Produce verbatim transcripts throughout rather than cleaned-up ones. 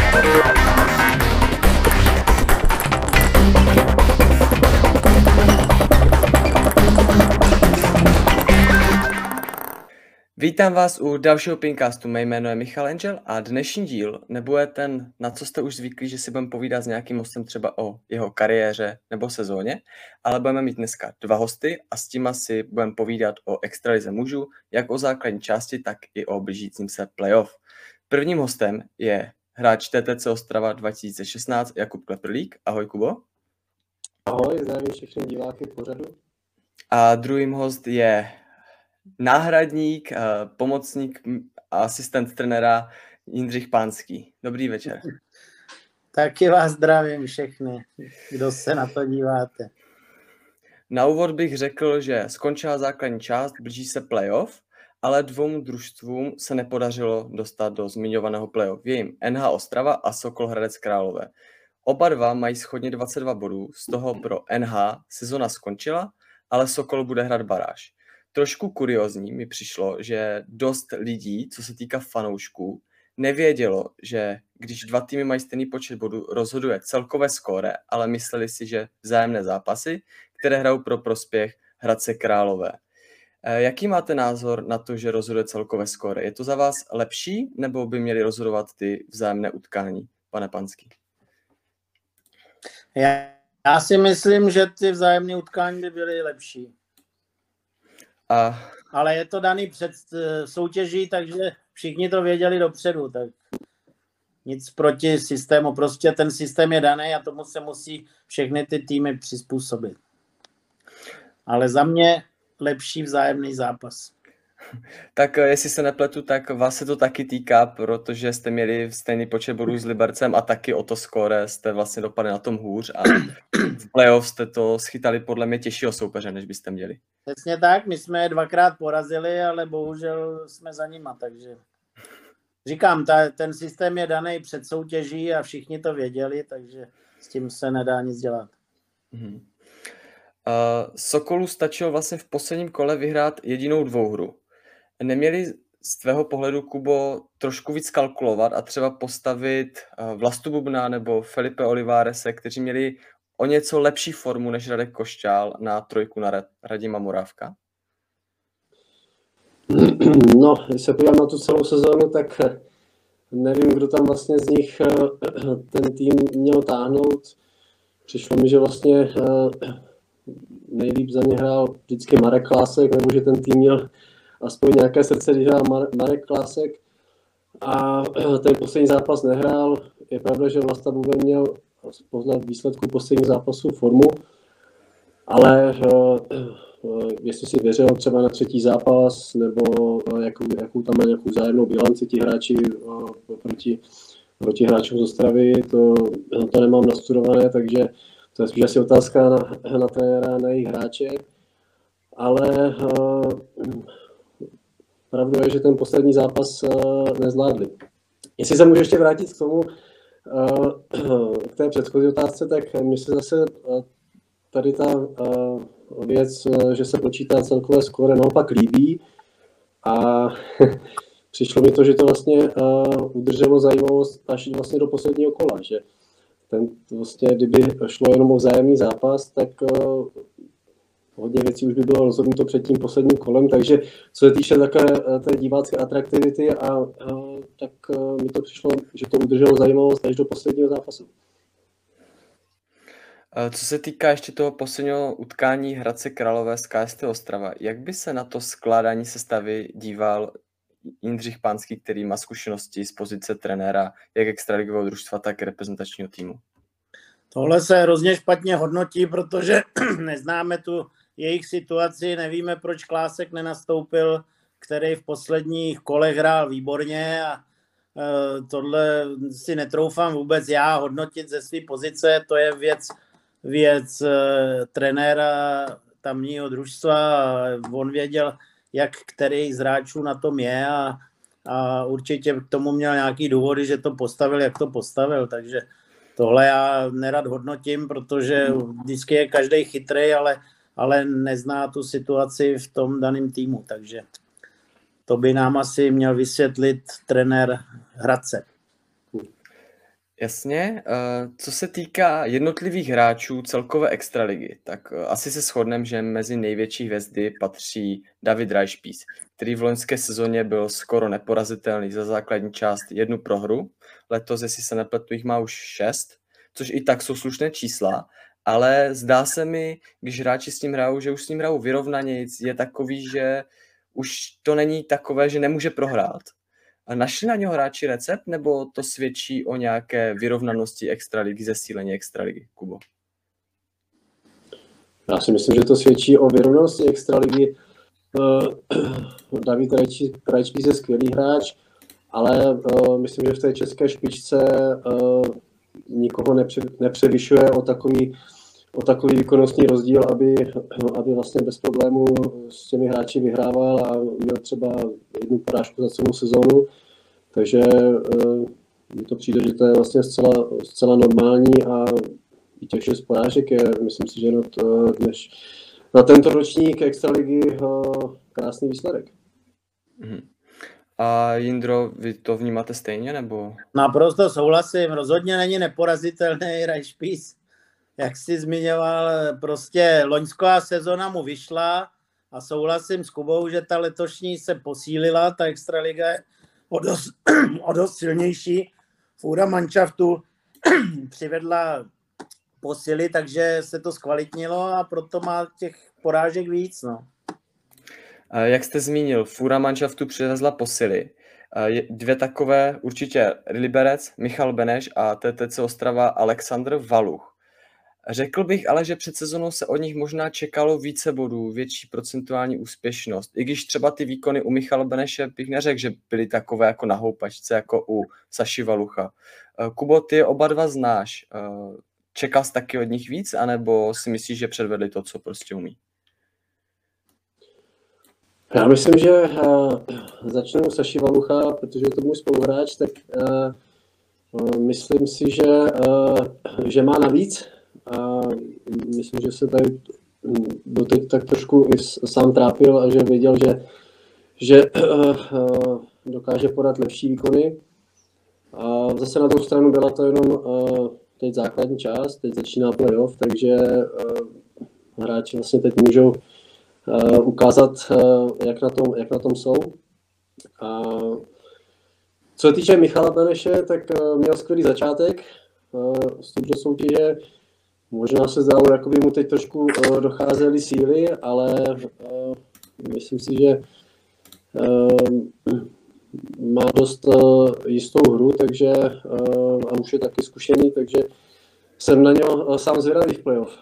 Vítám vás u dalšího Pincastu. Mé jméno je Michal Angel a dnešní díl nebude ten, na co jste už zvyklí, že si budeme povídat s nějakým hostem třeba o jeho kariéře nebo sezóně, ale budeme mít dneska dva hosty a s tím si budeme povídat o extralize mužů, jak o základní části, tak i o blížícím se playoff. Prvním hostem je hráč T T C Ostrava dva tisíce šestnáct Jakub Kleprlík. Ahoj, Kubo. Ahoj, zdravím všechny diváky pořadu. A druhým host je náhradník, pomocník a asistent trenéra Jindřich Pánský. Dobrý večer. Taky vás zdravím všechny, kdo se na to díváte. Na úvod bych řekl, že skončila základní část, blíží se playoff, ale dvou družstvům se nepodařilo dostat do zmiňovaného playoff. Je jim N H Ostrava a Sokol Hradec Králové. Oba dva mají shodně dvacet dva bodů, z toho pro N H sezona skončila, ale Sokol bude hrát baráž. Trošku kuriózní mi přišlo, že dost lidí, co se týká fanoušků, nevědělo, že když dva týmy mají stejný počet bodů, rozhoduje celkové skóre, ale mysleli si, že vzájemné zápasy, které hrajou pro prospěch Hradce Králové. Jaký máte názor na to, že rozhoduje celkové skóre? Je to za vás lepší, nebo by měli rozhodovat ty vzájemné utkání, pane Panský? Já, já si myslím, že ty vzájemné utkání by byly lepší. A... Ale je to daný před soutěží, takže všichni to věděli dopředu, tak nic proti systému. Prostě ten systém je daný a tomu se musí všechny ty týmy přizpůsobit. Ale za mě lepší vzájemný zápas. Tak jestli se nepletu, tak vás se to taky týká, protože jste měli stejný počet bodů s Libercem a taky o to skóre jste vlastně dopadli na tom hůř a v playoff jste to schytali podle mě těžšího soupeře, než byste měli. Přesně tak, my jsme je dvakrát porazili, ale bohužel jsme za nima, takže říkám, ta, ten systém je daný před soutěží a všichni to věděli, takže s tím se nedá nic dělat. Hmm. Uh, Sokolu stačilo vlastně v posledním kole vyhrát jedinou dvouhru. Neměli z tvého pohledu, Kubo, trošku víc kalkulovat a třeba postavit Vlastu Bubna nebo Felipe Olivárese, kteří měli o něco lepší formu než Radek Košťál na trojku na Radima Morávka? No, když se podívám na tu celou sezónu, tak nevím, kdo tam vlastně z nich ten tým měl táhnout. Přišlo mi, že vlastně nejlíp za mě hrál vždycky Marek Klásek, nebo že ten tým měl aspoň nějaké srdce, když hrál Marek Klásek a ten poslední zápas nehrál. Je pravda, že Vlasta Buben měl poznat výsledku posledních zápasů formu, ale jestli si věřil třeba na třetí zápas, nebo jakou, jakou tam má nějakou vzájemnou bilanci ti hráči proti, proti hráčům z Ostravy, to, to nemám nastudované, takže to je spíš asi otázka na, na trenéra, na jejich hráče, ale pravdou je, že ten poslední zápas uh, nezvládli. Jestli se můžu ještě vrátit k tomu, uh, k té předchozí otázce, tak mně se zase uh, tady ta uh, věc, uh, že se počítá celkové skóre, naopak líbí a přišlo mi to, že to vlastně uh, udrželo zajímavost až vlastně do posledního kola, že ten vlastně, kdyby šlo jenom o vzájemný zápas, tak uh, hodně věcí už by bylo rozhodnuto před tím posledním kolem, takže co se týče takové té divácké atraktivity, a, a, tak a, mi to přišlo, že to udrželo zajímavost až do posledního zápasu. Co se týká ještě toho posledního utkání Hradce Králové s K S T Ostrava, jak by se na to skládání sestavy díval Jindřich Pánský, který má zkušenosti z pozice trenéra jak extraligového družstva, tak reprezentačního týmu? Tohle se hrozně špatně hodnotí, protože neznáme tu jejich situaci, nevíme, proč Klásek nenastoupil, který v posledních kolech hrál výborně a e, tohle si netroufám vůbec já hodnotit ze své pozice, to je věc, věc e, trenéra tamního družstva a on věděl, jak který z hráčů na tom je a, a určitě k tomu měl nějaký důvody, že to postavil, jak to postavil, takže tohle já nerad hodnotím, protože vždycky je každý chytrý, ale, ale nezná tu situaci v tom daném týmu, takže to by nám asi měl vysvětlit trenér Hradce. Jasně. Co se týká jednotlivých hráčů celkové extraligy, tak asi se shodneme, že mezi největší hvězdy patří David Rajšpíš, který v loňské sezóně byl skoro neporazitelný za základní část jednu prohru. Letos, jestli se nepletu, jich má už šest, což i tak jsou slušné čísla, ale zdá se mi, když hráči s ním hrajou, že už s ním hrajou vyrovnaně, je takový, že už to není takové, že nemůže prohrát. Našli na něho hráči recept, nebo to svědčí o nějaké vyrovnanosti extraligy, zesílení extraligy, Kubo? Já si myslím, že to svědčí o vyrovnanosti extraligy. David Rajčpíš je skvělý hráč, ale myslím, že v té české špičce nikoho nepře, nepřevyšuje o takový, o takový výkonnostní rozdíl, aby, aby vlastně bez problémů s těmi hráči vyhrával a měl třeba jednu porážku za celou sezónu. Takže mi to přijde, že to je vlastně zcela, zcela normální a i těch šest porážek je, myslím si, že na, to, než, na tento ročník extraligy krásný výsledek. Mm. A Jindro, vy to vnímáte stejně, nebo? Naprosto souhlasím, rozhodně není neporazitelný Rajšpíš. Jak jsi zmiňoval, prostě loňská sezona mu vyšla a souhlasím s Kubou, že ta letošní se posílila, ta extraliga je o dost, o dost silnější. Fůra manšaftu přivedla posily, takže se to zkvalitnilo a proto má těch porážek víc. No. Jak jste zmínil, fůra manšaftu přivezla posily. Dvě takové určitě Liberec, Michal Beneš a T T C Ostrava Alexandr Valuch. Řekl bych ale, že před sezónou se od nich možná čekalo více bodů, větší procentuální úspěšnost. I když třeba ty výkony u Michala Beneše bych neřekl, že byly takové jako na houpačce, jako u Saši Valucha. Kubo, ty oba dva znáš. Čekal jsi taky od nich víc, anebo si myslíš, že předvedli to, co prostě umí? Já myslím, že uh, začnu u Saši Valucha, protože je to můj spoluhráč, tak uh, uh, myslím si, že, uh, že má navíc. A myslím, že se tady doteď tak trošku i sám trápil a že věděl, že, že uh, uh, dokáže podat lepší výkony. A zase na druhou stranu byla to jenom uh, teď základní část, teď začíná playoff, takže uh, hráči vlastně teď můžou uh, ukázat, uh, jak, na tom, jak na tom jsou. A co se týče Michala Beneše, tak uh, měl skvělý začátek uh, z touto soutěže. Možná se zdálo, jako by mu teď trošku uh, docházely síly, ale uh, myslím si, že uh, má dost uh, jistou hru, takže uh, a už je taky zkušený, takže jsem na něho uh, sám zvědavý v playoff.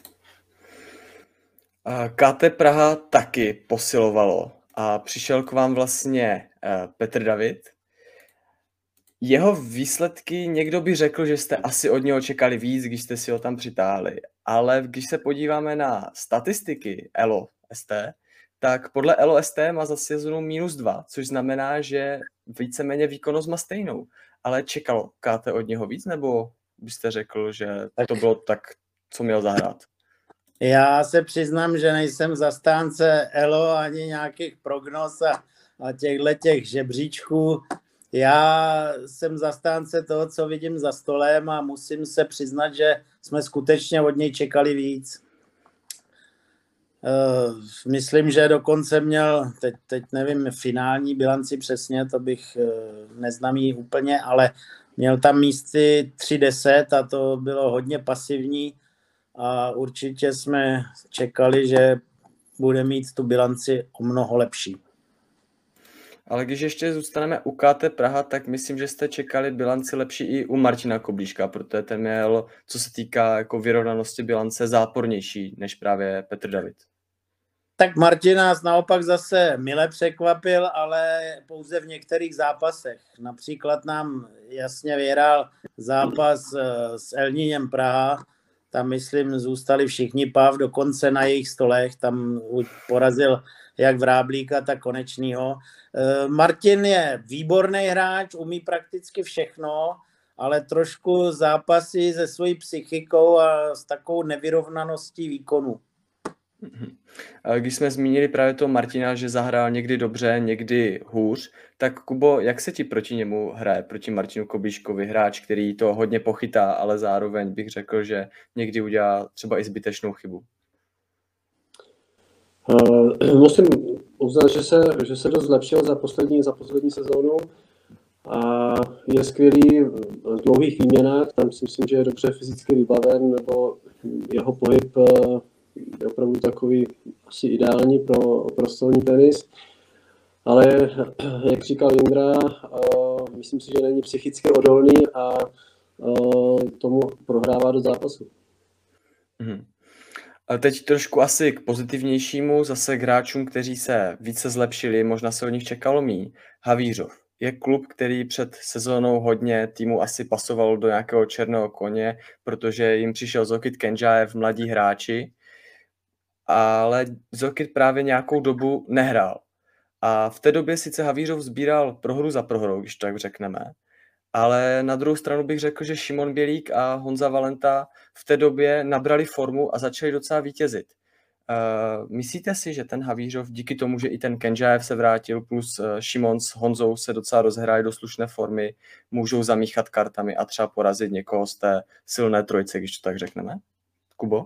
K T Praha taky posilovalo a přišel k vám vlastně uh, Petr David. Jeho výsledky, někdo by řekl, že jste asi od něho čekali víc, když jste si ho tam přitáhli. Ale když se podíváme na statistiky L O S T, tak podle L O S T má za sezonu minus dva, což znamená, že víceméně výkonnost má stejnou. Ale čekalo K T od něho víc, nebo byste řekl, že to bylo tak, co měl zahrát? Já se přiznám, že nejsem zastánce L O ani nějakých prognóz a, a těchto těch žebříčků. Já jsem zastánce toho, co vidím za stolem a musím se přiznat, že jsme skutečně od něj čekali víc. Myslím, že dokonce měl, teď, teď nevím, finální bilanci přesně, to bych neznám jí úplně, ale měl tam místy tři deset a to bylo hodně pasivní a určitě jsme čekali, že bude mít tu bilanci o mnoho lepší. Ale když ještě zůstaneme u K T Praha, tak myslím, že jste čekali bilanci lepší i u Martina Koblíška, protože ten měl, co se týká jako vyrovnanosti bilance, zápornější než právě Petr David. Tak Martin nás naopak zase mile překvapil, ale pouze v některých zápasech. Například nám jasně vyhrál zápas s Elníněm Praha, tam myslím zůstali všichni páv dokonce na jejich stolech, tam porazil jak Vráblíka, tak Konečnýho. Martin je výborný hráč, umí prakticky všechno, ale trošku zápasí se svojí psychikou a s takovou nevyrovnaností výkonu. Když jsme zmínili právě toho Martina, že zahrál někdy dobře, někdy hůř, tak Kubo, jak se ti proti němu hraje, proti Martinu Kubíškovi, hráč, který to hodně pochytá, ale zároveň bych řekl, že někdy udělá třeba i zbytečnou chybu? Uh, musím uznat, že se, že se dost zlepšil za poslední, za poslední sezónu a je skvělý v dlouhých výměnách, tam si myslím, že je dobře fyzicky vybaven, nebo jeho pohyb je opravdu takový asi ideální pro, pro stolní tenis, ale jak říkal Jindra, uh, myslím si, že není psychicky odolný a uh, tomu prohrává do zápasu. Mhm. A teď trošku asi k pozitivnějšímu, zase k hráčům, kteří se více zlepšili, možná se od nich čekalo míň. Havířov je klub, který před sezónou hodně týmu asi pasoval do nějakého černého koně, protože jim přišel Zokit Kenžajev, mladí hráči, ale Zokit právě nějakou dobu nehrál. A v té době sice Havířov sbíral prohru za prohrou, když tak řekneme, ale na druhou stranu bych řekl, že Šimon Bělík a Honza Valenta v té době nabrali formu a začali docela vítězit. Uh, myslíte si, že ten Havířov díky tomu, že i ten Kenžajev se vrátil, plus uh, Šimon s Honzou se docela rozhráli do slušné formy, můžou zamíchat kartami a třeba porazit někoho z té silné trojce, když to tak řekneme? Kubo?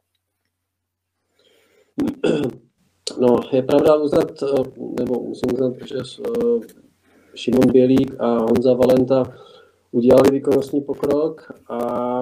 No, je pravda uznat, nebo musím uznat, že Šimon Bělík a Honza Valenta udělali výkonnostní pokrok a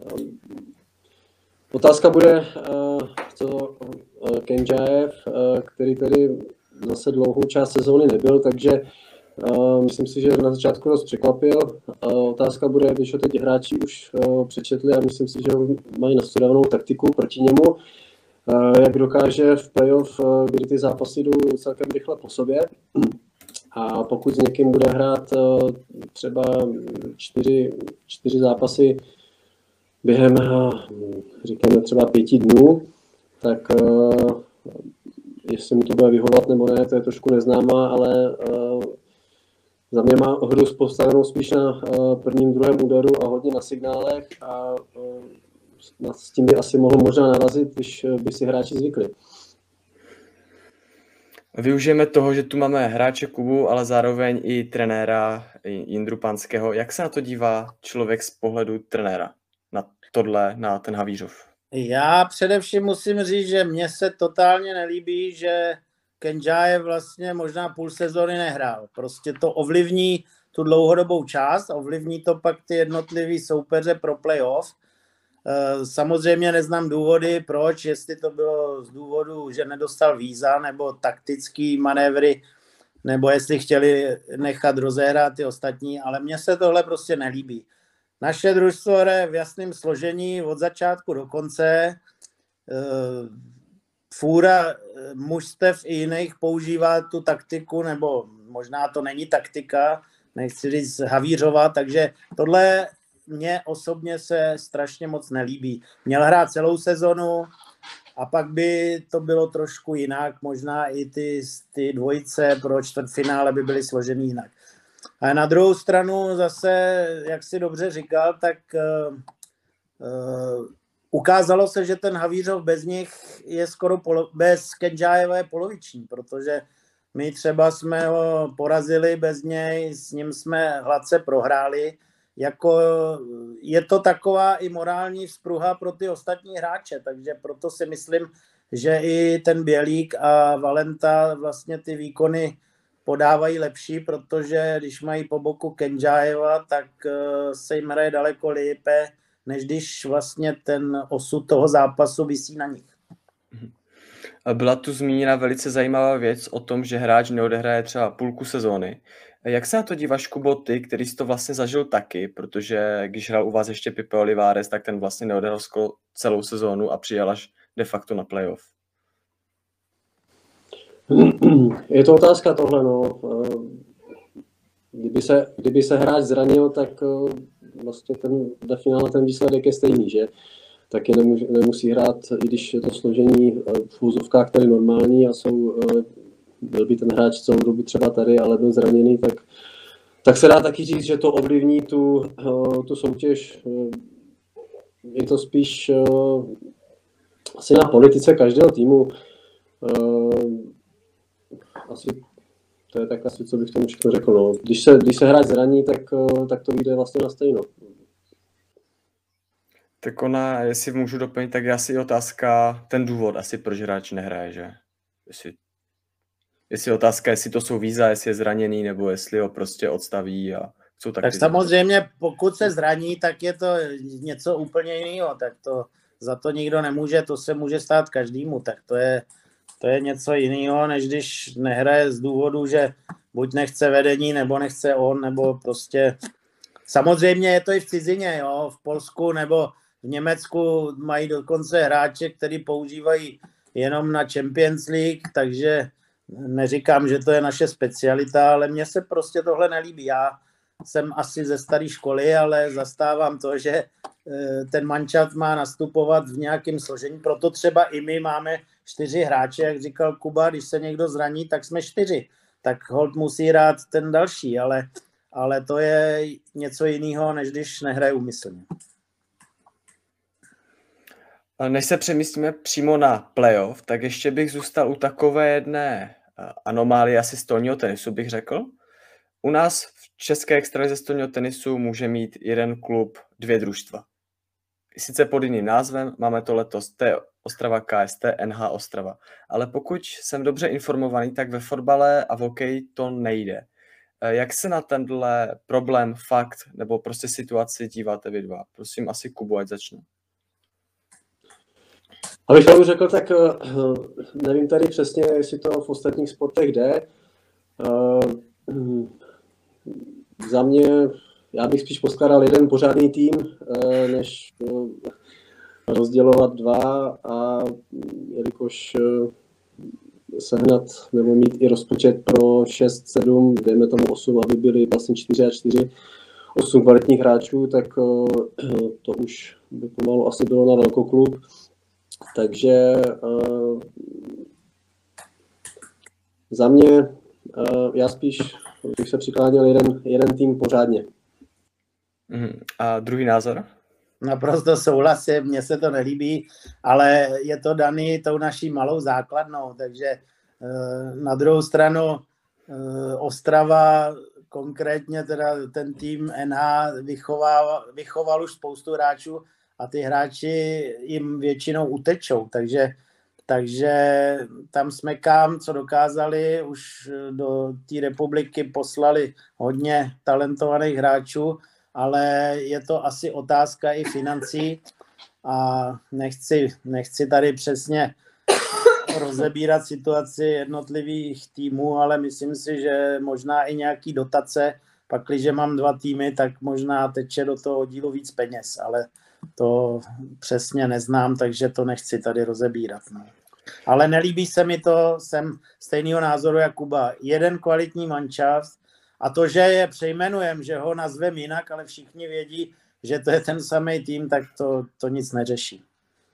otázka bude, co Kenžajev, který tedy zase dlouhou část sezóny nebyl, takže myslím si, že na začátku dost překvapil. Otázka bude, když ho teď hráči už přečetli a myslím si, že mají nastudovanou taktiku proti němu, jak dokáže v playoff, kdy ty zápasy jdou celkem rychle po sobě. A pokud s někým bude hrát třeba čtyři, čtyři zápasy během, říkáme, třeba pěti dnů, tak jestli mu to bude vyhovovat nebo ne, to je trošku neznámá, ale za mě má hru postavenou spíš na prvním, druhém úderu a hodně na signálech a s tím by asi mohl možná narazit, když by si hráči zvykli. Využijeme toho, že tu máme hráče Kubu, ale zároveň i trenéra Jindru Panského. Jak se na to dívá člověk z pohledu trenéra? Na tohle, na ten Havířov? Já především musím říct, že mně se totálně nelíbí, že Kenžajev vlastně možná půl sezóny nehrál. Prostě to ovlivní tu dlouhodobou část, ovlivní to pak ty jednotlivý soupeře pro playoff. Samozřejmě neznám důvody, proč, jestli to bylo z důvodu, že nedostal víza, nebo taktický manévry, nebo jestli chtěli nechat rozehrát ty ostatní, ale mně se tohle prostě nelíbí. Naše družstvo hraje v jasném složení od začátku do konce. Fůra mužstev i jiných používá tu taktiku, nebo možná to není taktika, nechci říct Havířova, takže tohle mně osobně se strašně moc nelíbí. Měl hrát celou sezonu a pak by to bylo trošku jinak. Možná i ty, ty dvojice pro čtvrtfinále by byly složený jinak. A na druhou stranu zase, jak si dobře říkal, tak uh, uh, ukázalo se, že ten Havířov bez nich je skoro polo, bez Kenžajeva je poloviční, protože my třeba jsme ho porazili bez něj, s ním jsme hladce prohráli. Jako je to taková i morální vzpruha pro ty ostatní hráče, takže proto si myslím, že i ten Bělík a Valenta vlastně ty výkony podávají lepší, protože když mají po boku Kenžajeva, tak se jim hraje daleko lépe, než když vlastně ten osud toho zápasu visí na nich. Byla tu zmíněna velice zajímavá věc o tom, že hráč neodehraje třeba půlku sezóny. Jak se na to díváš, Kubo, ty, který jsi to vlastně zažil taky, protože když hrál u vás ještě Pipe Olivares, tak ten vlastně neodehrál skoro celou sezónu a přijel až de facto na playoff. Je to otázka tohle, no. Kdyby se, kdyby se hráč zranil, tak vlastně ten, ve finále ten výsledek je stejný, že? Taky nemusí, nemusí hrát, i když je to složení v úzovkách tady normální a jsou, byl by ten hráč celou dobu třeba tady, ale byl zraněný, tak, tak se dá taky říct, že to ovlivní tu, tu soutěž. Je to spíš asi na politice každého týmu. Uh, asi to je tak asi, co bych tomu všechno řekl. No. Když se, když se hráč zraní, tak, uh, tak to vyjde vlastně na stejno. Tak ona, jestli můžu doplnit, tak je asi otázka, ten důvod asi, proč hráč nehraje, že? Jestli, jestli otázka, jestli to jsou víza, jestli je zraněný, nebo jestli ho prostě odstaví a jsou taky... Tak samozřejmě, pokud se zraní, tak je to něco úplně jiného, tak to za to nikdo nemůže, to se může stát každému, tak to je, to je něco jiného, než když nehraje z důvodu, že buď nechce vedení, nebo nechce on, nebo prostě... Samozřejmě je to i v cizině, jo, v Polsku nebo v Německu mají dokonce hráče, který používají jenom na Champions League, takže neříkám, že to je naše specialita, ale mně se prostě tohle nelíbí. Já jsem asi ze staré školy, ale zastávám to, že ten mančat má nastupovat v nějakém složení, proto třeba i my máme čtyři hráče, jak říkal Kuba, když se někdo zraní, tak jsme čtyři, tak holt musí hrát ten další, ale, ale to je něco jiného, než když nehraje úmyslně. Než se přemístíme přímo na playoff, tak ještě bych zůstal u takové jedné anomálie asi stolního tenisu, bych řekl. U nás v české extralize stolního tenisu může mít jeden klub dvě družstva. Sice pod jiným názvem, máme to letos T Ostrava K S T, N H Ostrava. Ale pokud jsem dobře informovaný, tak ve fotbale a v hokeji to nejde. Jak se na tenhle problém, fakt nebo prostě situaci díváte vy dva? Prosím, asi Kubu, ať začnu. Abych tomu řekl, tak nevím tady přesně, jestli to v ostatních sportech jde. Za mě, já bych spíš poskládal jeden pořádný tým, než rozdělovat dva, a jelikož sehnat nebo mít i rozpočet pro šest, sedm, dejme tomu osm, aby byli vlastně čtyři a čtyři, osm kvalitních hráčů, tak to už by pomalu asi bylo na velkoklub. Takže uh, za mě, uh, já spíš bych se přikláněl jeden, jeden tým pořádně. A druhý názor? Naprosto souhlasím, mně se to nelíbí, ale je to daný tou naší malou základnou, takže uh, na druhou stranu uh, Ostrava, konkrétně teda ten tým N H vychoval, vychoval už spoustu hráčů, a ty hráči jim většinou utečou, takže, takže tam jsme kam, co dokázali, už do té republiky poslali hodně talentovaných hráčů, ale je to asi otázka i financí a nechci, nechci tady přesně rozebírat situaci jednotlivých týmů, ale myslím si, že možná i nějaký dotace, pakliže mám dva týmy, tak možná teče do toho oddílu víc peněz, ale to přesně neznám, takže to nechci tady rozebírat. No. Ale nelíbí se mi to, jsem stejného názoru jak Kuba. Jeden kvalitní mančaft a to, že je přejmenujem, že ho nazvem jinak, ale všichni vědí, že to je ten samý tým, tak to, to nic neřeší.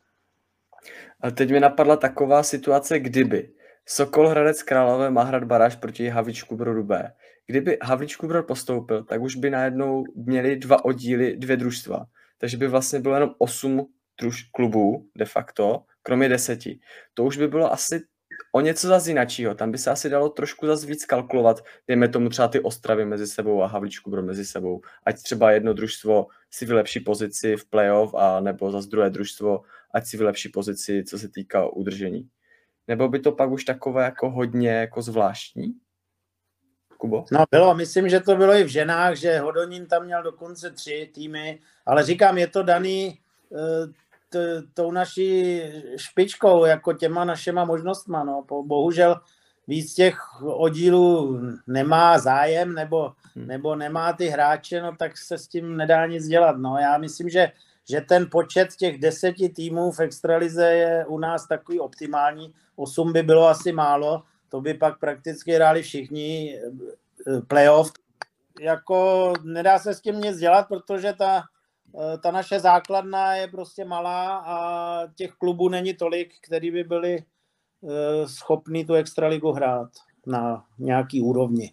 A teď mi napadla taková situace, kdyby Sokol Hradec Králové má hrát baráž proti Havlíčku Brodu B. Kdyby Havlíčku Brod postoupil, tak už by najednou měli dva oddíly, dvě družstva. Takže by vlastně bylo jenom osm druž klubů de facto, kromě deseti. To už by bylo asi o něco zase jinačího. Tam by se asi dalo trošku zase víc kalkulovat, dejme tomu třeba ty Ostravy mezi sebou a Havlíčku Brod mezi sebou. Ať třeba jedno družstvo si vylepší pozici v playoff, a nebo zase druhé družstvo, ať si vylepší pozici, co se týká udržení. Nebo by to pak už takové jako hodně jako zvláštní? Kubo? No bylo, myslím, že to bylo i v ženách, že Hodonín tam měl dokonce tři týmy, ale říkám, je to daný t, tou naší špičkou, jako těma našima možnostma, no. Bohužel víc těch oddílů nemá zájem, nebo, nebo nemá ty hráče, no tak se s tím nedá nic dělat, no. Já myslím, že, že ten počet těch deseti týmů v extralize je u nás takový optimální, osm by bylo asi málo, to by pak prakticky hráli všichni playoff. Jako nedá se s tím nic dělat, protože ta, ta naše základna je prostě malá a těch klubů není tolik, který by byli schopni tu extraligu hrát na nějaký úrovni.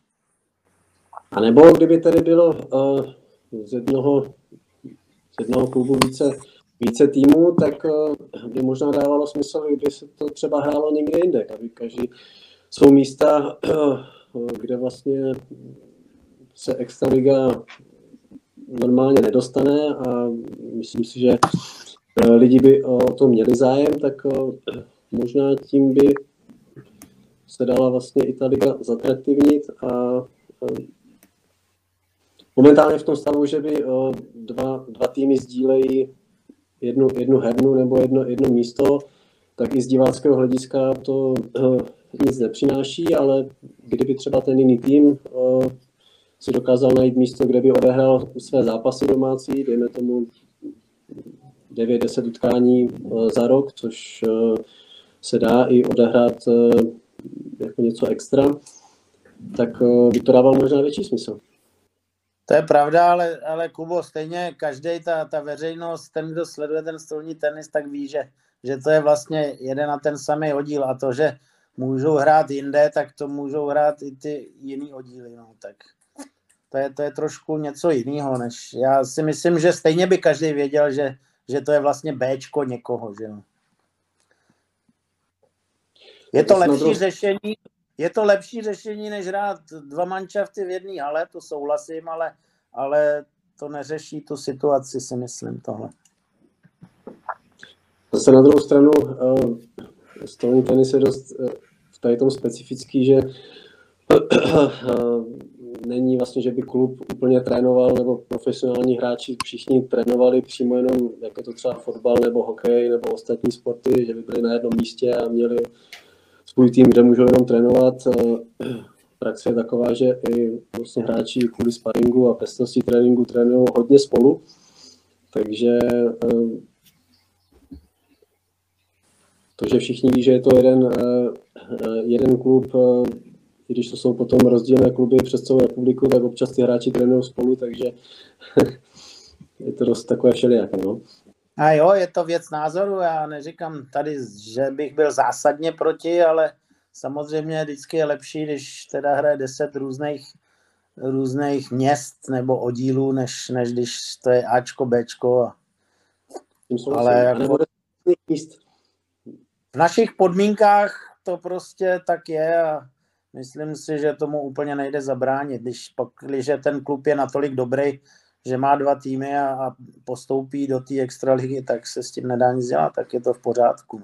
A nebo kdyby tedy bylo uh, z, jednoho, z jednoho klubu více více týmů, tak by možná dávalo smysl, kdyby se to třeba hrálo někde jinde, aby každý jsou místa, kde vlastně se extraliga normálně nedostane a myslím si, že lidi by o to měli zájem, tak možná tím by se dala vlastně i ta liga zatraktivnit a momentálně v tom stavu, že by dva, dva týmy sdílejí jednu, jednu hernu nebo jedno, jedno místo, tak i z diváckého hlediska to nic nepřináší, ale kdyby třeba ten jiný tým si dokázal najít místo, kde by odehrál své zápasy domácí, dejme tomu devět deset utkání za rok, což se dá i odehrát jako něco extra, tak by to dávalo možná větší smysl. To je pravda, ale, ale Kubo, stejně každý ta, ta veřejnost, ten, kdo sleduje ten stolní tenis, tak ví, že, že to je vlastně jeden a ten samý oddíl a to, že můžou hrát jinde, tak to můžou hrát i ty jiný oddíly. No, tak to je, to je trošku něco jiného, než já si myslím, že stejně by každý věděl, že, že to je vlastně béčko někoho. Že no. Je to lepší řešení, je to lepší řešení, než hrát dva manšafty v jedné hale, to souhlasím, ale, ale to neřeší tu situaci, si myslím, tohle. Zase na druhou stranu, uh, stolní tenis je dost uh, v tady tom specifický, že uh, není vlastně, že by klub úplně trénoval, nebo profesionální hráči všichni trénovali přímo jenom, jak je to třeba fotbal nebo hokej nebo ostatní sporty, že by byli na jednom místě a měli svůj tým, kde můžou jenom trénovat. Praxe je taková, že i vlastně hráči kvůli sparingu a pestrosti tréninku trénují hodně spolu, takže to, že všichni ví, že je to jeden, jeden klub, i když to jsou potom rozdílné kluby přes celou republiku, tak občas ty hráči trénují spolu, takže je to dost takové všelijaké. No. A jo, je to věc názoru, já neříkám tady, že bych byl zásadně proti, ale samozřejmě vždycky je lepší, když teda hraje deset různých, různých měst nebo oddílů, než, než když to je Ačko, Bčko. Ale jako v našich podmínkách to prostě tak je a myslím si, že tomu úplně nejde zabránit, když, když ten klub je natolik dobrý, že má dva týmy a, a postoupí do té extraligy, tak se s tím nedá nic dělat, tak je to v pořádku.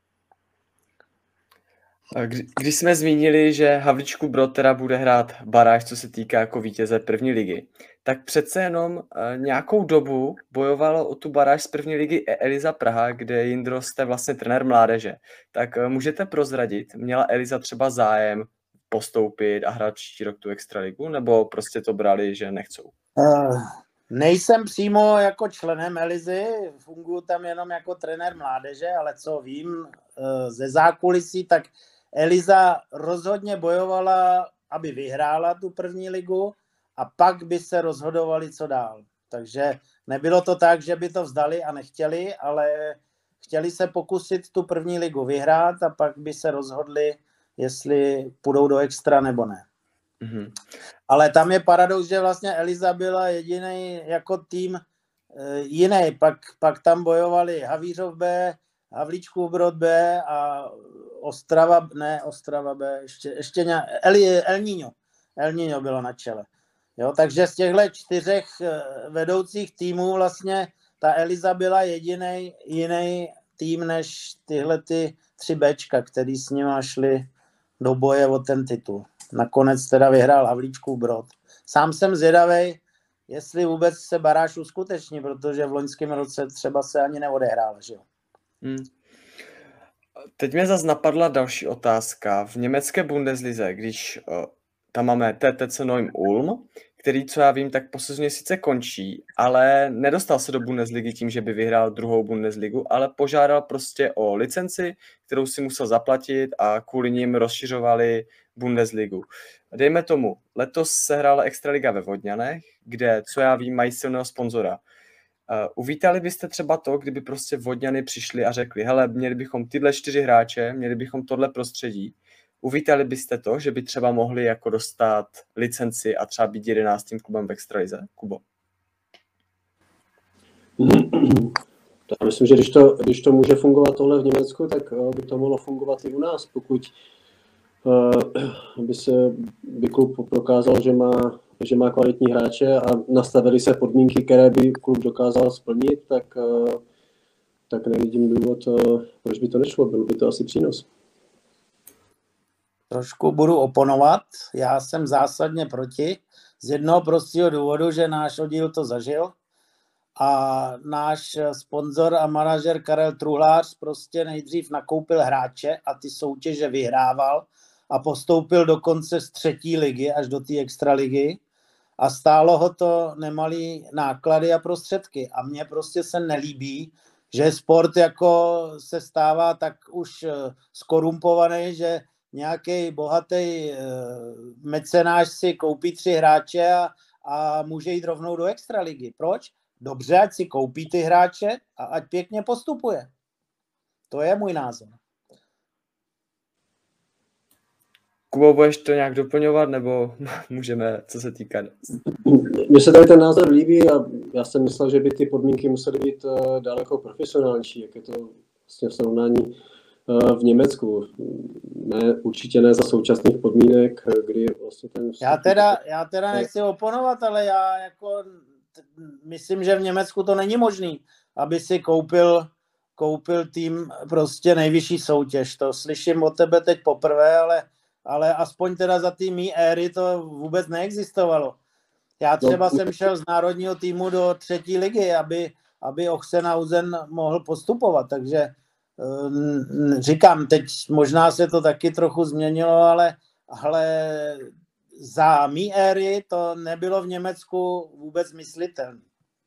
Kdy, když jsme zmínili, že Havlíčkův Brod teda bude hrát baráž, co se týká jako vítěze první ligy, tak přece jenom nějakou dobu bojovalo o tu baráž z první ligy Eliza Praha, kde Jindro jste vlastně trenér mládeže. Tak můžete prozradit, měla Eliza třeba zájem postoupit a hrát příští rok tu extraligu, nebo prostě to brali, že nechcou? Uh, nejsem přímo jako členem Elizy, funguji tam jenom jako trenér mládeže, ale co vím uh, ze zákulisí, tak Eliza rozhodně bojovala, aby vyhrála tu první ligu a pak by se rozhodovali, co dál. Takže nebylo to tak, že by to vzdali a nechtěli, ale chtěli se pokusit tu první ligu vyhrát a pak by se rozhodli, jestli půjdou do extra nebo ne. Mm-hmm. Ale tam je paradox, že vlastně Eliza byla jediný jako tým e, jiný. Pak, pak tam bojovali Havířov B, Havlíčkův Brod B a Ostrava, ne Ostrava B, ještě, ještě nějak, El, El Niño. El Niño bylo na čele. Jo, takže z těchto čtyřech vedoucích týmů vlastně ta Eliza byla jediný jiný tým než tyhle ty tři Bčka, který s nimi šli do boje o ten titul. Nakonec teda vyhrál Havlíčkův Brod. Sám jsem zvědavej, jestli vůbec se baráž uskuteční, protože v loňském roce třeba se ani neodehrála, že jo? Hmm. Teď mě zase napadla další otázka. V německé Bundeslize, když uh, tam máme T T C Neum Ulm, který, co já vím, tak po sezóně sice končí, ale nedostal se do Bundesligy tím, že by vyhrál druhou Bundesligu, ale požádal prostě o licenci, kterou si musel zaplatit a kvůli ním rozšiřovali Bundesligu. Dejme tomu, letos se hrála Extraliga ve Vodňanech, kde, co já vím, mají silného sponzora. Uh, uvítali byste třeba to, kdyby prostě Vodňany přišli a řekli, hele, měli bychom tyhle čtyři hráče, měli bychom tohle prostředí. Uvítali byste to, že by třeba mohli jako dostat licenci a třeba být jedenáctým klubem v extralize? Kubo? Já myslím, že když to, když to může fungovat tohle v Německu, tak by to mohlo fungovat i u nás, pokud by se by klub prokázal, že má, že má kvalitní hráče a nastavili se podmínky, které by klub dokázal splnit, tak, tak nevidím důvod, proč by to nešlo, byl by to asi přínos. Trošku budu oponovat, já jsem zásadně proti, z jednoho prostého důvodu, že náš oddíl to zažil a náš sponzor a manažer Karel Truhlář prostě nejdřív nakoupil hráče a ty soutěže vyhrával a postoupil dokonce z třetí ligy až do té extraligy a stálo ho to nemalý náklady a prostředky a mně prostě se nelíbí, že sport jako se stává tak už skorumpovaný, že nějaký bohatý mecenáš si koupí tři hráče a, a může jít rovnou do extraligy. Proč? Dobře, ať si koupí ty hráče a ať pěkně postupuje. To je můj názor. Kubo, budeš to nějak doplňovat, nebo můžeme, co se týká? Mně se tady ten názor líbí a já jsem myslel, že by ty podmínky musely být daleko profesionálnější, jak je to vlastně v srovnání v Německu. Ne, určitě ne za současných podmínek, kdy vlastně ten... Já teda, já teda nechci oponovat, ale já jako myslím, že v Německu to není možný, aby si koupil, koupil tým prostě nejvyšší soutěž. To slyším od tebe teď poprvé, ale, ale aspoň teda za té mý éry to vůbec neexistovalo. Já třeba no, jsem šel z národního týmu do třetí ligy, aby, aby Ochsenhausen mohl postupovat, takže říkám, teď možná se to taky trochu změnilo, ale, ale za mý éry to nebylo v Německu vůbec myslitelné.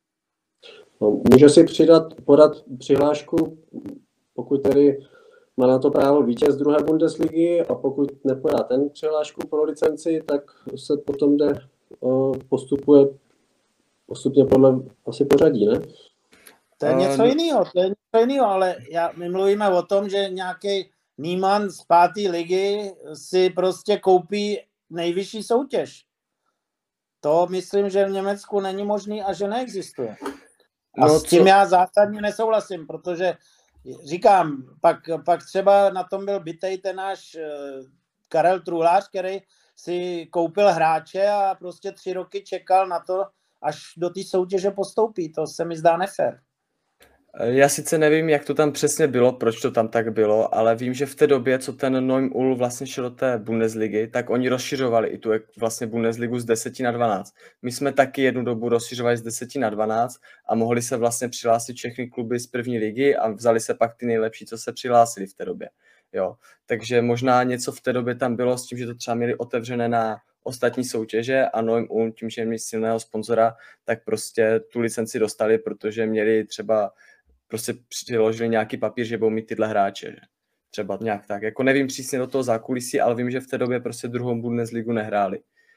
No, může si přidat, podat přihlášku, pokud tedy má na to právo vítěz druhé Bundesligy a pokud nepodá ten přihlášku pro licenci, tak se potom jde, postupuje postupně podle asi pořadí, ne? To je něco jiného, to je něco jiného, ale já, my mluvíme o tom, že nějaký Niemann z páté ligy si prostě koupí nejvyšší soutěž. To myslím, že v Německu není možný a že neexistuje. A no, s tím co? Já zásadně nesouhlasím, protože říkám, pak, pak třeba na tom byl bitej ten náš Karel Truhlář, který si koupil hráče a prostě tři roky čekal na to, až do té soutěže postoupí. To se mi zdá nefér. Já sice nevím, jak to tam přesně bylo, proč to tam tak bylo, ale vím, že v té době, co ten Neum Ulm vlastně šel do té Bundesligy, tak oni rozšiřovali i tu vlastně Bundesligu z deseti na dvanáct. My jsme taky jednu dobu rozšiřovali z deseti na dvanáct a mohli se vlastně přihlásit všechny kluby z první ligy a vzali se pak ty nejlepší, co se přihlásili v té době. Jo. Takže možná něco v té době tam bylo s tím, že to třeba měli otevřené na ostatní soutěže a Neum Ulm, tím, že měli silného sponzora, tak prostě tu licenci dostali, protože měli třeba prostě přiložili nějaký papír, že budou mít tyhle hráče. Že? Třeba nějak tak. Jako nevím přísně do toho zákulisí, ale vím, že v té době prostě druhou Bundesligu nehráli.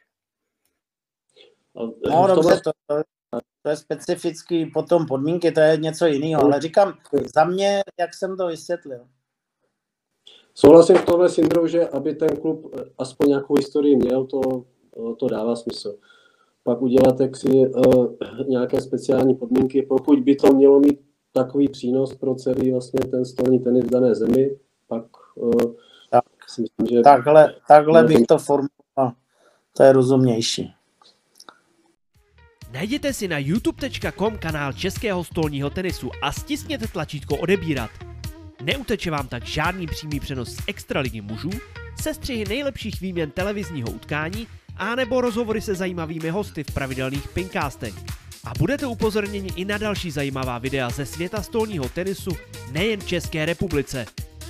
No dobře, to, to je specifický potom podmínky, to je něco jiného, ale říkám, za mě, jak jsem to vysvětlil. Souhlasím v tomhle s Jindrou, že aby ten klub aspoň nějakou historii měl, to, to dává smysl. Pak udělat si uh, nějaké speciální podmínky, pokud by to mělo mít takový přínos pro celý vlastně ten stolní tenis v dané zemi, pak uh, tak, si myslím, že... Takhle, takhle bych to formuloval, to je rozumnější. Najděte si na youtube tečka com kanál českého stolního tenisu a stisněte tlačítko odebírat. Neuteče vám tak žádný přímý přenos z extraligy mužů, sestřihy nejlepších výměn televizního utkání a nebo rozhovory se zajímavými hosty v pravidelných pinkastech. A budete upozorněni i na další zajímavá videa ze světa stolního tenisu nejen v České republice.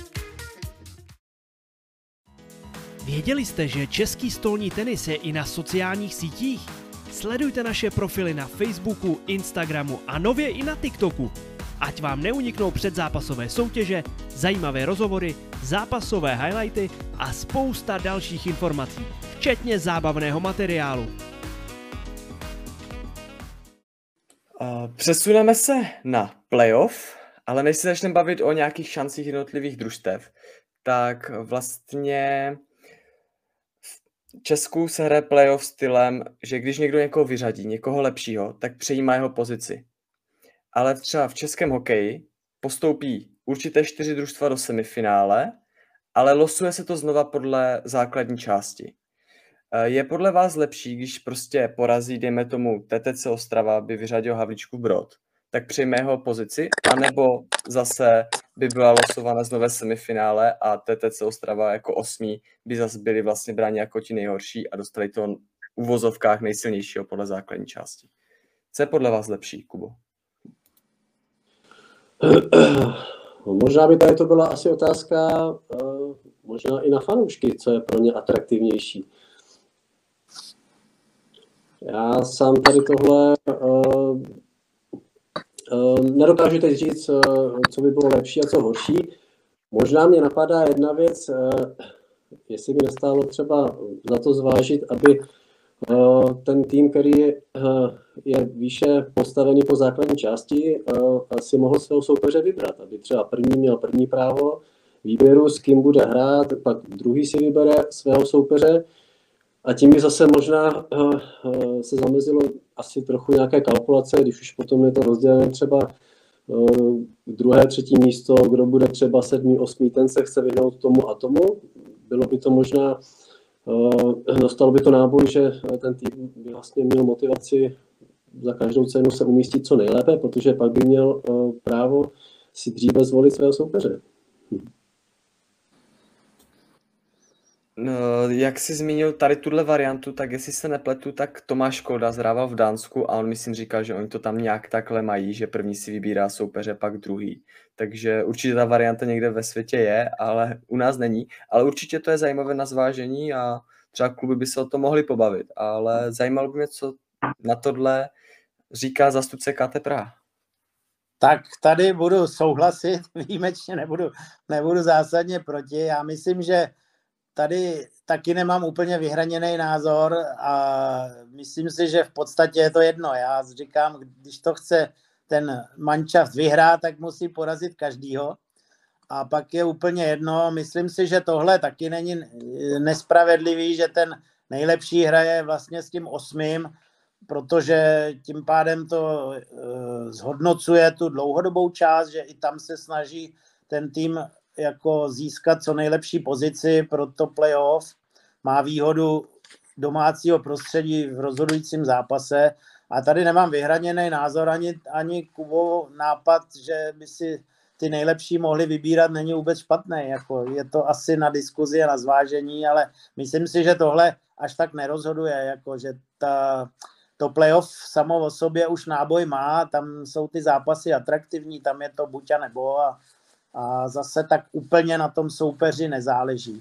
Věděli jste, že český stolní tenis je i na sociálních sítích? Sledujte naše profily na Facebooku, Instagramu a nově i na TikToku. Ať vám neuniknou předzápasové soutěže, zajímavé rozhovory, zápasové highlighty a spousta dalších informací, včetně zábavného materiálu. Přesuneme se na playoff, ale než se začneme bavit o nějakých šancích jednotlivých družstev, tak vlastně v Česku se hraje playoff stylem, že když někdo někoho vyřadí, někoho lepšího, tak přejímá jeho pozici. ale třeba v českém hokeji postoupí určité čtyři družstva do semifinále, ale losuje se to znova podle základní části. Je podle vás lepší, když prostě porazí, dejme tomu, T T C Ostrava by vyřadil Havlíčkův Brod, tak přijme jeho pozici, anebo zase by byla losována znova semifinále a T T C Ostrava jako osmý by zase byli vlastně bráni jako ti nejhorší a dostali to v uvozovkách nejsilnějšího podle základní části. Co je podle vás lepší, Kubo? Možná by tady to byla asi otázka možná i na fanoušky, co je pro ně atraktivnější. Já sám tady tohle uh, uh, nedokážu teď říct, uh, co by bylo lepší a co horší. Možná mě napadá jedna věc, uh, jestli by nestálo třeba za to zvážit, aby uh, ten tým, který je, uh, je výše postavený po základní části, uh, si mohl svého soupeře vybrat. Aby třeba první měl první právo výběru, s kým bude hrát, pak druhý si vybere svého soupeře. A tím by zase možná uh, uh, se zamezilo asi trochu nějaké kalkulace, když už potom je to rozdělené třeba uh, druhé, třetí místo, kdo bude třeba sedmý, osmý, ten se chce vyhnout tomu a tomu. Bylo by to možná, uh, dostalo by to náboj, že ten tým by vlastně měl motivaci za každou cenu se umístit co nejlépe, protože pak by měl uh, právo si dříve zvolit svého soupeře. Hm. No, jak jsi zmínil tady tuhle variantu, tak jestli se nepletu, tak Tomáš Kolda zhrával v Dánsku a on myslím říkal, že oni to tam nějak takhle mají, že první si vybírá soupeře, pak druhý. Takže určitě ta varianta někde ve světě je, ale u nás není. Ale určitě to je zajímavé na zvážení a třeba kluby by se o to mohli pobavit. Ale zajímalo by mě, co na tohle říká zástupce K T Praha. Tak tady budu souhlasit, výjimečně nebudu, nebudu zásadně proti. Já myslím, že tady taky nemám úplně vyhraněný názor a myslím si, že v podstatě je to jedno. Já říkám, když to chce ten manšaft vyhrát, tak musí porazit každýho. A pak je úplně jedno. Myslím si, že tohle taky není nespravedlivý, že ten nejlepší hraje vlastně s tím osmým, protože tím pádem to zhodnocuje tu dlouhodobou část, že i tam se snaží ten tým jako získat co nejlepší pozici pro to playoff. Má výhodu domácího prostředí v rozhodujícím zápase a tady nemám vyhraněný názor ani, ani Kubo nápad, že by si ty nejlepší mohli vybírat, není vůbec špatný. Jako je to asi na diskuzi a na zvážení, ale myslím si, že tohle až tak nerozhoduje, jako že ta, to playoff samo o sobě už náboj má, tam jsou ty zápasy atraktivní, tam je to buď a nebo a A zase tak úplně na tom soupeři nezáleží.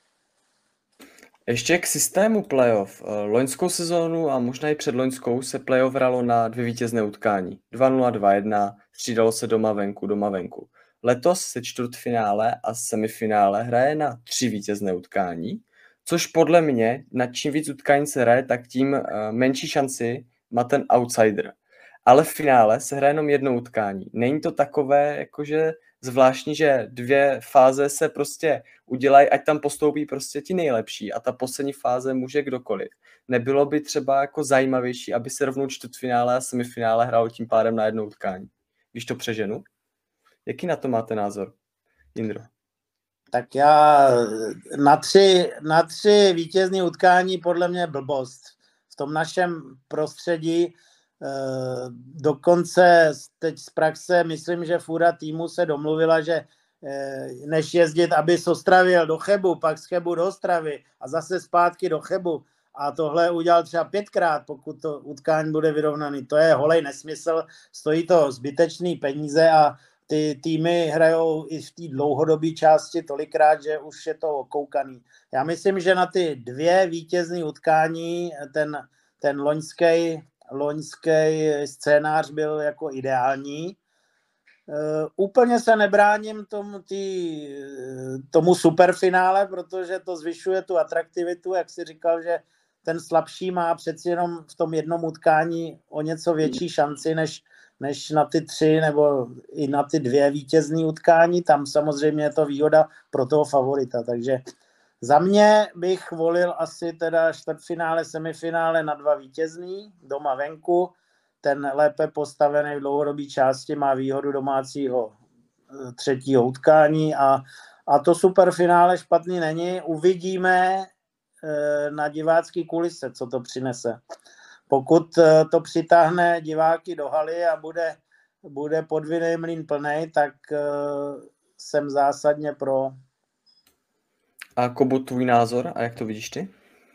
Ještě k systému playoff. Loňskou sezónu a možná i předloňskou se playoff hralo na dvě vítězné utkání. dva nula, dva jedna, střídalo se doma venku, doma venku. Letos se čtvrtfinále a semifinále hraje na tři vítězné utkání, což podle mě, na čím víc utkání se hraje, tak tím menší šanci má ten outsider. Ale v finále se hraje jenom jedno utkání. Není to takové, jakože zvláštní, že dvě fáze se prostě udělají, ať tam postoupí prostě ti nejlepší a ta poslední fáze může kdokoliv. Nebylo by třeba jako zajímavější, aby se rovnou čtvrtfinále a semifinále hrálo tím pádem na jedno utkání? Když to přeženu? Jaký na to máte názor, Jindro? Tak já na tři, na tři vítězné utkání podle mě blbost. V tom našem prostředí dokonce teď z praxe myslím, že fůra týmu se domluvila, že než jezdit, aby z Ostravy jel do Chebu, pak z Chebu do Ostravy a zase zpátky do Chebu a tohle udělal třeba pětkrát, pokud to utkání bude vyrovnaný. To je holej nesmysl, stojí to zbytečný peníze a ty týmy hrajou i v té dlouhodobé části tolikrát, že už je to okoukaný. Já myslím, že na ty dvě vítězné utkání ten, ten loňský loňský scénář byl jako ideální. Uh, úplně se nebráním tomu, tý, tomu superfinále, protože to zvyšuje tu atraktivitu, jak jsi říkal, že ten slabší má přeci jenom v tom jednom utkání o něco větší šanci, než, než na ty tři nebo i na ty dvě vítězný utkání. Tam samozřejmě je to výhoda pro toho favorita, takže za mě bych volil asi teda čtvrtfinále, semifinále na dva vítězný, doma venku. ten lépe postavený v dlouhodobé části má výhodu domácího třetího utkání a, a to superfinále špatný není. Uvidíme na divácký kulise, co to přinese. Pokud to přitáhne diváky do haly a bude, bude podvinný mlýn plnej, tak jsem zásadně pro. A Kubo, tvůj názor a jak to vidíš ty?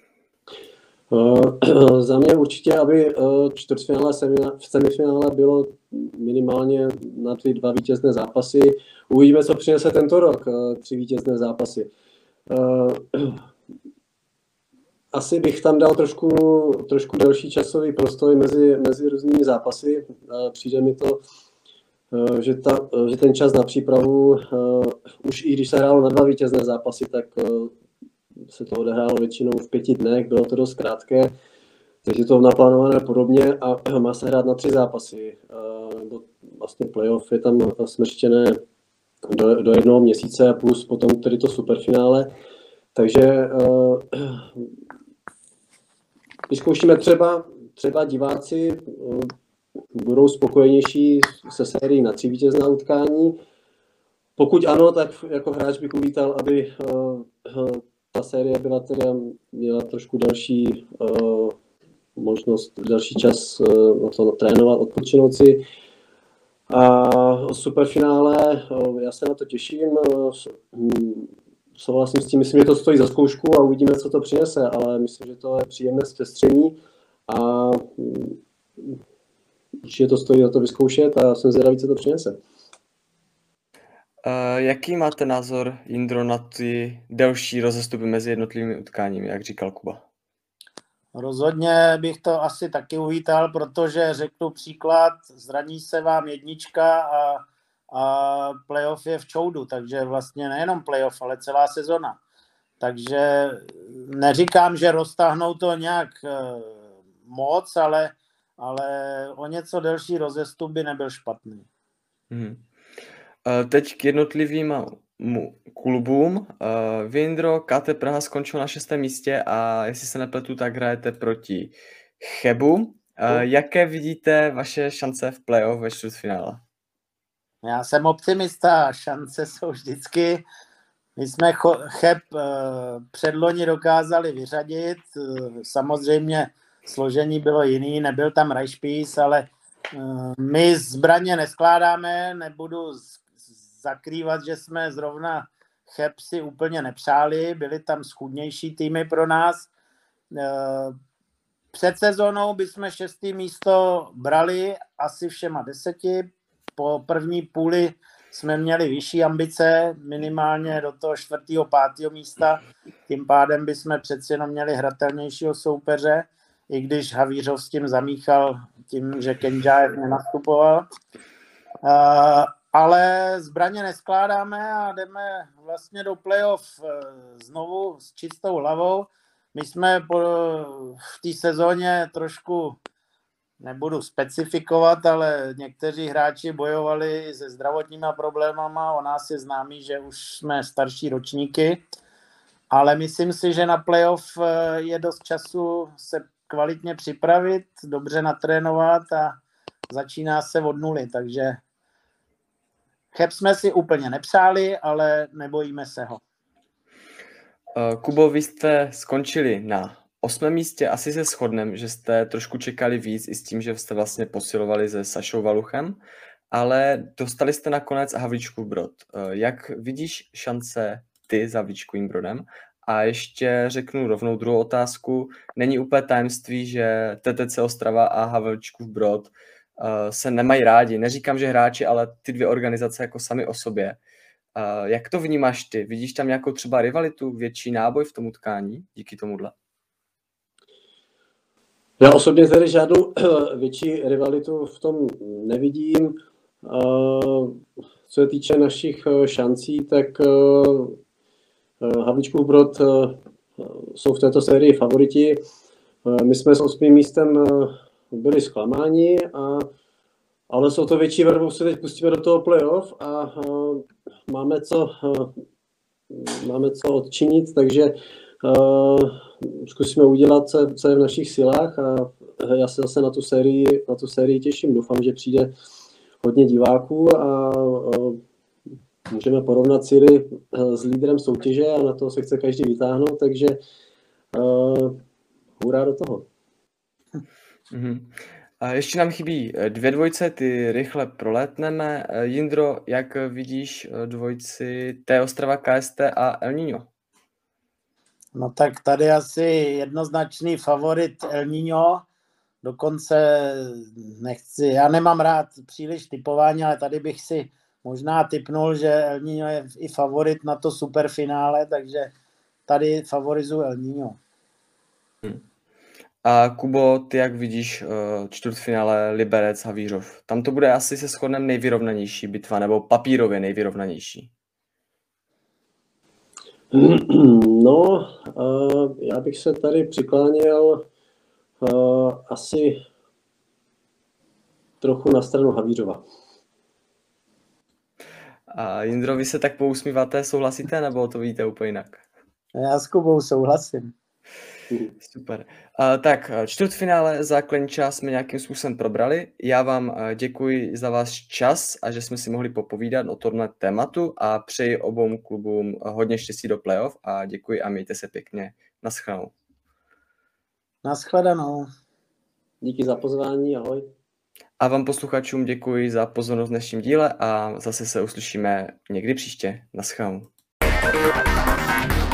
Uh, za mě určitě, aby uh, čtvrtfinále v semifinále bylo minimálně na ty dva vítězné zápasy. Uvidíme, co přinese tento rok, uh, tři vítězné zápasy. Uh, asi bych tam dal trošku, trošku delší časový prostor mezi, mezi různými zápasy. Uh, přijde mi to, uh, že, ta, uh, že ten čas na přípravu, uh, už i když se hrálo na dva vítězné zápasy, tak uh, se to odehrálo většinou v pěti dnech, bylo to dost krátké, takže to naplánované podobně a má se hrát na tři zápasy. Nebo vlastně playoff je tam smrštěné do, do jednoho měsíce a plus potom tedy to superfinále. Takže vyzkoušíme třeba, třeba diváci budou spokojenější se sérií na tři vítězná utkání. Pokud ano, tak jako hráč bych uvítal, aby ta série byla teda, měla trošku další uh, možnost, další čas uh, na to trénovat, odpočinout si. A o superfinále, uh, já se na to těším. Uh, souhlasím s tím, myslím, že to stojí za zkoušku a uvidíme, co to přinese, ale myslím, že to je příjemné zpestření a um, určitě to stojí za to vyzkoušet a jsem zvědavý, co to přinese. Uh, jaký máte názor, Jindro, na ty delší rozestupy mezi jednotlivými utkáními, jak říkal Kuba? Rozhodně bych to asi taky uvítal, protože řeknu příklad, zraní se vám jednička a, a playoff je v čoudu, takže vlastně nejenom playoff, ale celá sezona. Takže neříkám, že roztáhnou to nějak uh, moc, ale, ale o něco delší rozestup by nebyl špatný. Hmm. Teď k jednotlivým klubům. Jindro, K T Praha skončil na šestém místě a jestli se nepletu, tak hrajete proti Chebu. Jaké vidíte vaše šance v playoff ve čtvrtfinále? Já jsem optimista, šance jsou vždycky. My jsme Cheb předloni dokázali vyřadit. Samozřejmě složení bylo jiný, nebyl tam Rajšpís, ale my zbraně neskládáme, nebudu zakrývat, že jsme zrovna Cheb si úplně nepřáli, byly tam schůdnější týmy pro nás. Před sezónou bychom šestý místo brali asi všema deseti, po první půli jsme měli vyšší ambice, minimálně do toho čtvrtého, pátého místa, tím pádem bychom přeci jenom měli hratelnějšího soupeře, i když Havířov s tím zamíchal tím, že Kenžájev nenastupoval. Uh, ale zbraně neskládáme a jdeme vlastně do playoff znovu s čistou hlavou. My jsme po, v té sezóně trošku, nebudu specifikovat, ale někteří hráči bojovali se zdravotníma problémama. O nás je známý, že už jsme starší ročníky, ale myslím si, že na playoff je dost času se kvalitně připravit, dobře natrénovat a začíná se od nuly, takže Cheb jsme si úplně nepřáli, ale nebojíme se ho. Kubo, vy jste skončili na osmém místě, asi se shodneme, že jste trošku čekali víc i s tím, že jste vlastně posilovali se Sašou Valuchem, ale dostali jste nakonec Havlíčkův Brod. Jak vidíš šance ty za Havlíčkovým Brodem? A ještě řeknu rovnou druhou otázku. Není úplně tajemství, že T T C Ostrava a Havlíčkův Brod uh, se nemají rádi. Neříkám, že hráči, ale ty dvě organizace jako sami o sobě. Uh, jak to vnímáš ty? Vidíš tam nějakou třeba rivalitu, větší náboj v tom utkání díky tomuhle? Já osobně tady žádnou větší rivalitu v tom nevidím. Uh, co se týče našich šancí, tak uh, Havlíčkův Brod uh, jsou v této sérii favoriti. Uh, my jsme s osmým místem uh, byli zklamáni, a, ale jsou to větší vervou, se teď pustíme do toho playoff a uh, máme, co, uh, máme co odčinit, takže uh, zkusíme udělat, co, co je v našich silách a já se zase na tu sérii, na tu sérii těším. Doufám, že přijde hodně diváků a můžeme porovnat Ciri s lídrem soutěže a na to se chce každý vytáhnout, takže uh, hurá do toho. Mm-hmm. A ještě nám chybí dvě dvojce, ty rychle prolétneme. Jindro, jak vidíš dvojci T Ostrava K S T a El Niño? No tak tady asi jednoznačný favorit El Niño, dokonce nechci, já nemám rád příliš typování, ale tady bych si možná tipnul, že El Niño je i favorit na to superfinále, takže tady favorizuji El Niño. Hmm. A Kubo, ty jak vidíš čtvrtfinále Liberec Havířov? Tam to bude asi se shodnem nejvyrovnanější bitva, nebo papírově nejvyrovnanější. No, uh, já bych se tady přikláněl uh, asi trochu na stranu Havířova. A Jindro, vy se tak pousmíváte, souhlasíte, nebo to vidíte úplně jinak? Já s Kubou souhlasím. Super. Uh, tak čtvrtfinále základní část jsme nějakým způsobem probrali. Já vám uh, děkuji za váš čas a že jsme si mohli popovídat o tomhle tématu a přeji obou klubům hodně štěstí do playoff a děkuji a mějte se pěkně. Naschledanou. Naschledanou. Díky za pozvání, ahoj. A vám posluchačům děkuji za pozornost v dnešním díle a zase se uslyšíme někdy příště. Naschledanou.